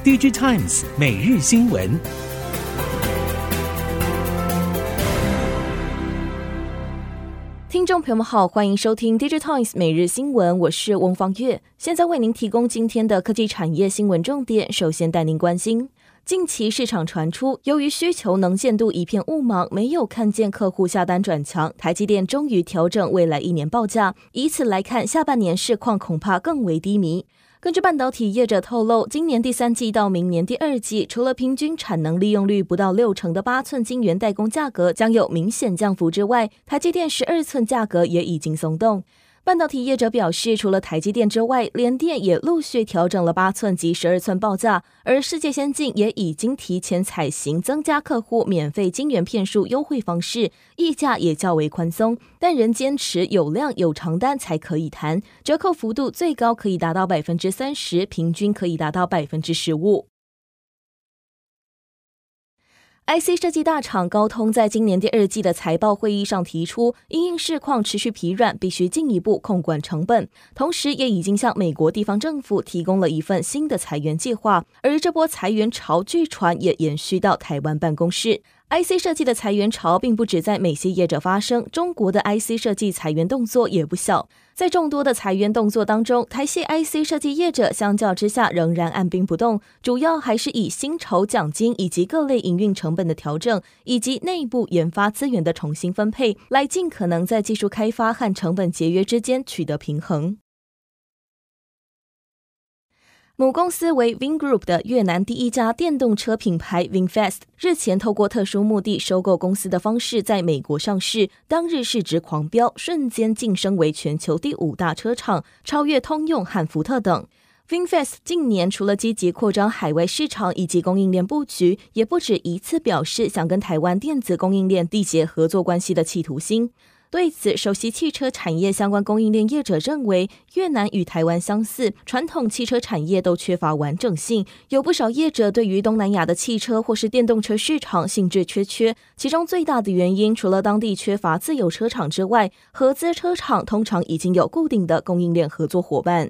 DigiTimes 每日新闻。 听众朋友们好，欢迎收听 DigiTimes 每日新闻，我是翁方月，现在为您提供今天的科技产业新闻重点。首先带您关心，近期市场传出，由于需求能见度一片雾茫，没有看见客户下单转强，台积电终于调整未来一年报价，以此来看，下半年市况恐怕更为低迷。根据半导体业者透露，今年第三季到明年第二季，除了平均产能利用率不到60%的8寸晶圆代工价格将有明显降幅之外，台积电12寸价格也已经松动。半导体业者表示，除了台积电之外，联电也陆续调整了8寸及12寸报价，而世界先进也已经提前采行增加客户免费晶圆片数优惠方式，溢价也较为宽松，但仍坚持有量有长单才可以谈，折扣幅度最高可以达到 30%， 平均可以达到 15%。IC 设计大厂高通在今年第二季的财报会议上提出，因应市况持续疲软，必须进一步控管成本，同时也已经向美国地方政府提供了一份新的裁员计划，而这波裁员潮据传也延续到台湾办公室。IC 设计的裁员潮并不只在美系业者发生，中国的 IC 设计裁员动作也不小。在众多的裁员动作当中，台系 IC 设计业者相较之下仍然按兵不动，主要还是以薪酬奖金以及各类营运成本的调整，以及内部研发资源的重新分配，来尽可能在技术开发和成本节约之间取得平衡。母公司为 Vingroup 的越南第一家电动车品牌 VinFast 日前透过特殊目的收购公司的方式在美国上市，当日市值狂飙，瞬间晋升为全球第5大车厂，超越通用和福特等。VinFast 近年除了积极扩张海外市场以及供应链布局，也不止一次表示想跟台湾电子供应链缔结合作关系的企图心。对此，首席汽车产业相关供应链业者认为，越南与台湾相似，传统汽车产业都缺乏完整性，有不少业者对于东南亚的汽车或是电动车市场兴致缺，其中最大的原因，除了当地缺乏自有车厂之外，合资车厂通常已经有固定的供应链合作伙伴。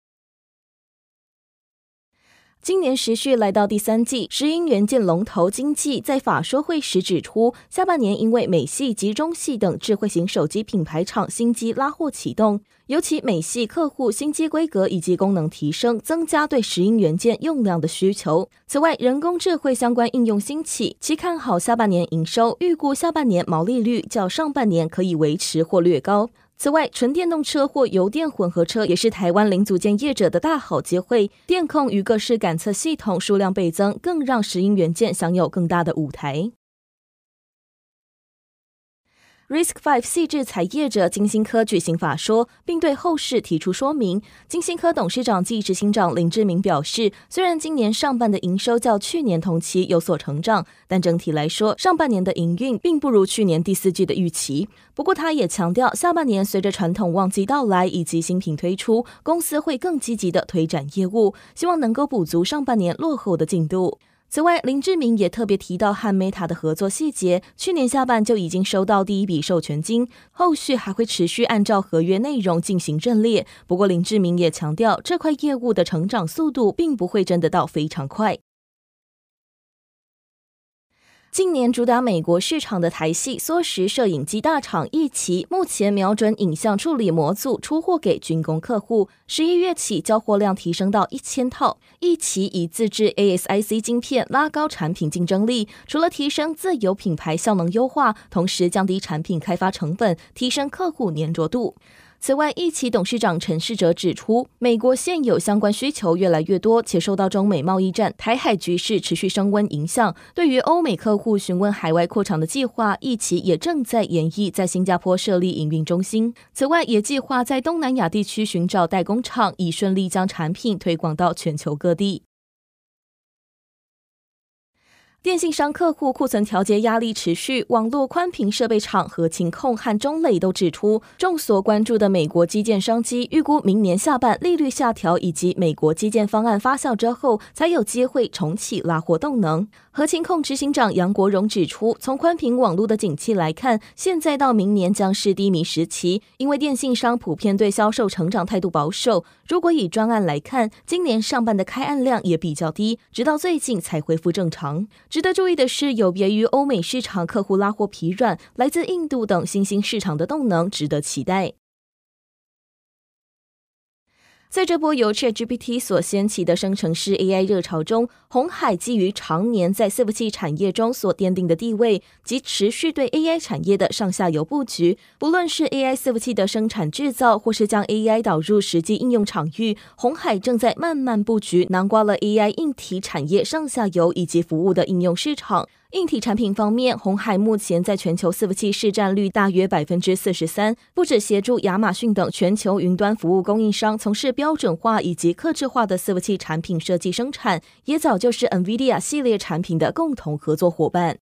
今年时序来到第三季，石英元件龙头经济在法说会时指出，下半年因为美系及中系等智慧型手机品牌厂新机拉货启动，尤其美系客户新机规格以及功能提升，增加对石英元件用量的需求。此外，人工智慧相关应用兴起，其看好下半年营收，预估下半年毛利率较上半年可以维持或略高。此外，纯电动车或油电混合车也是台湾零组件业者的大好机会，电控与各式感测系统数量倍增，更让石英元件享有更大的舞台。RISC-V 矽智财业者晶心科举行法说，并对后市提出说明。晶心科董事长暨执行长林志明表示，虽然今年上半的营收较去年同期有所成长，但整体来说，上半年的营运并不如去年第四季的预期。不过他也强调，下半年随着传统旺季到来以及新品推出，公司会更积极的推展业务，希望能够补足上半年落后的进度。此外，林志明也特别提到和 Meta 的合作细节，去年下半就已经收到第一笔授权金，后续还会持续按照合约内容进行认列。不过林志明也强调，这块业务的成长速度并不会真的到非常快。近年主打美国市场的台系缩时摄影机大厂一奇，目前瞄准影像处理模组出货给军工客户，11月起交货量提升到1000套。一奇以自制 ASIC 晶片拉高产品竞争力，除了提升自有品牌效能优化，同时降低产品开发成本，提升客户粘着度。此外，一奇董事长陈世哲指出，美国现有相关需求越来越多，且受到中美贸易战、台海局势持续升温影响，对于欧美客户询问海外扩厂的计划，一奇也正在研议在新加坡设立营运中心。此外，也计划在东南亚地区寻找代工厂，以顺利将产品推广到全球各地。 电信商客户库存调节压力持续，网络宽频设备厂和勤控和中磊都指出，众所关注的美国基建商机，预估明年下半利率下调以及美国基建方案发酵之后，才有机会重启拉货动能。和勤控执行长杨国荣指出，从宽频网络的景气来看，现在到明年将是低迷时期，因为电信商普遍对销售成长态度保守。如果以专案来看，今年上半的开案量也比较低，直到最近才恢复正常。值得注意的是，有别于欧美市场客户拉货疲软，来自印度等新兴市场的动能值得期待。在这波由 ChatGPT 所掀起的生成式 AI 热潮中，鸿海基于常年在伺服器产业中所奠定的地位及持续对 AI 产业的上下游布局，不论是 AI 伺服器的生产制造，或是将 AI 导入实际应用场域，鸿海正在慢慢布局囊括了 AI 硬体产业上下游以及服务的应用市场。硬体产品方面，鸿海目前在全球伺服器市占率大约 43%， 不只协助亚马逊等全球云端服务供应商从事标准化以及客制化的伺服器产品设计生产，也早就是 NVIDIA 系列产品的共同合作伙伴。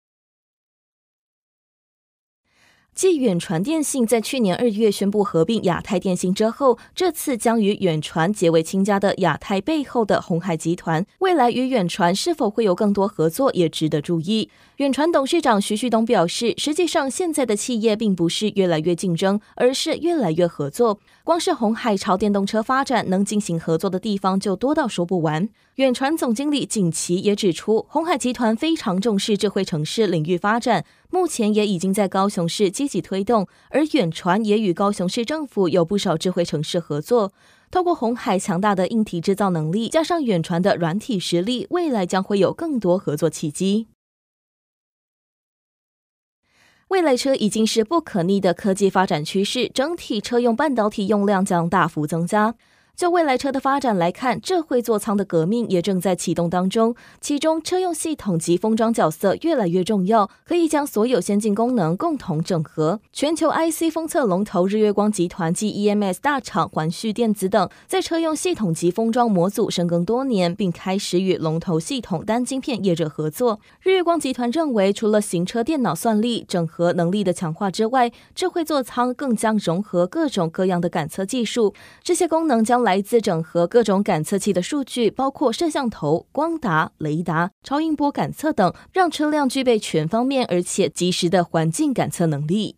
继远传电信在去年2月宣布合并亚太电信之后，这次将与远传结为亲家的亚太背后的鸿海集团，未来与远传是否会有更多合作也值得注意。远传董事长徐旭东表示，实际上现在的企业并不是越来越竞争，而是越来越合作。光是鸿海朝电动车发展能进行合作的地方就多到说不完。远传总经理景琦也指出，鸿海集团非常重视智慧城市领域发展，目前也已经在高雄市积极推动，而远传也与高雄市政府有不少智慧城市合作。透过鸿海强大的硬体制造能力，加上远传的软体实力，未来将会有更多合作契机。未来车已经是不可逆的科技发展趋势，整体车用半导体用量将大幅增加。就未来车的发展来看，智慧座舱的革命也正在启动当中，其中车用系统及封装角色越来越重要，可以将所有先进功能共同整合。全球 IC 封测龙头日月光集团及 EMS 大厂环旭电子等，在车用系统及封装模组深耕多年，并开始与龙头系统单晶片业者合作。日月光集团认为，除了行车电脑算力整合能力的强化之外，智慧座舱更将融合各种各样的感测技术，这些功能将来自整合各种感测器的数据，包括摄像头、光达、雷达、超音波感测等，让车辆具备全方面而且及时的环境感测能力。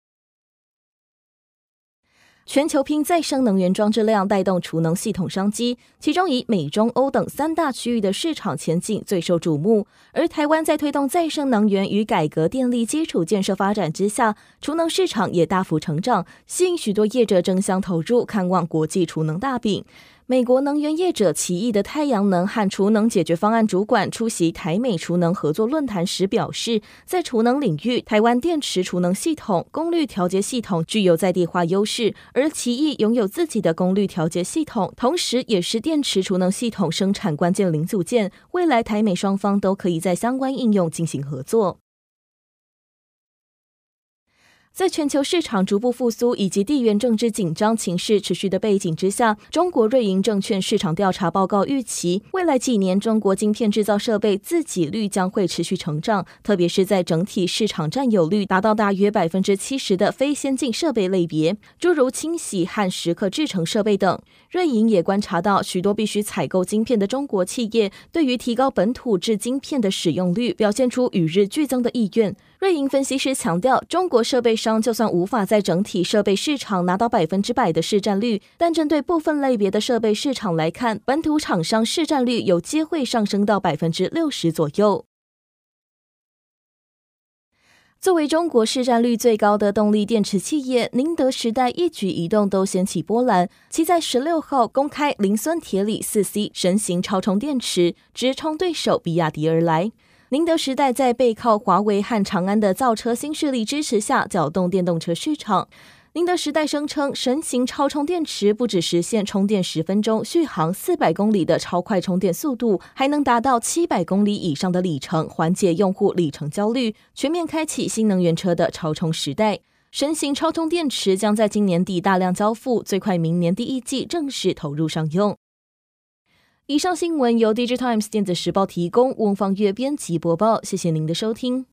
全球拼再生能源装置量带动储能系统商机，其中以美中欧等3大区域的市场前景最受瞩目。而台湾在推动再生能源与改革电力基础建设发展之下，储能市场也大幅成长，吸引许多业者争相投入，看望国际储能大饼。美国能源业者奇异的太阳能和储能解决方案主管出席台美储能合作论坛时表示，在储能领域，台湾电池储能系统、功率调节系统具有在地化优势，而奇异拥有自己的功率调节系统，同时也是电池储能系统生产关键零组件，未来台美双方都可以在相关应用进行合作。在全球市场逐步复苏以及地缘政治紧张情势持续的背景之下，中国瑞银证券市场调查报告预期，未来几年中国晶片制造设备自给率将会持续成长，特别是在整体市场占有率达到大约 70% 的非先进设备类别，诸如清洗和时刻制程设备等。瑞银也观察到，许多必须采购晶片的中国企业对于提高本土制晶片的使用率表现出与日俱增的意愿。瑞银分析师强调，中国设备商就算无法在整体设备市场拿到100%的市占率，但针对部分类别的设备市场来看，本土厂商市占率有机会上升到60%左右。作为中国市占率最高的动力电池企业，宁德时代一举一动都掀起波澜。其在16号公开磷酸铁锂 4C 神行超充电池，直冲对手比亚迪而来。宁德时代在背靠华为和长安的造车新势力支持下，搅动电动车市场。宁德时代声称，神行超充电池不只实现充电10分钟、续航400公里的超快充电速度，还能达到700公里以上的里程，缓解用户里程焦虑，全面开启新能源车的超充时代。神行超充电池将在今年底大量交付，最快明年第1季正式投入商用。 以上新闻由 Digital Times 电子时报提供，翁方月编辑播报，谢谢您的收听。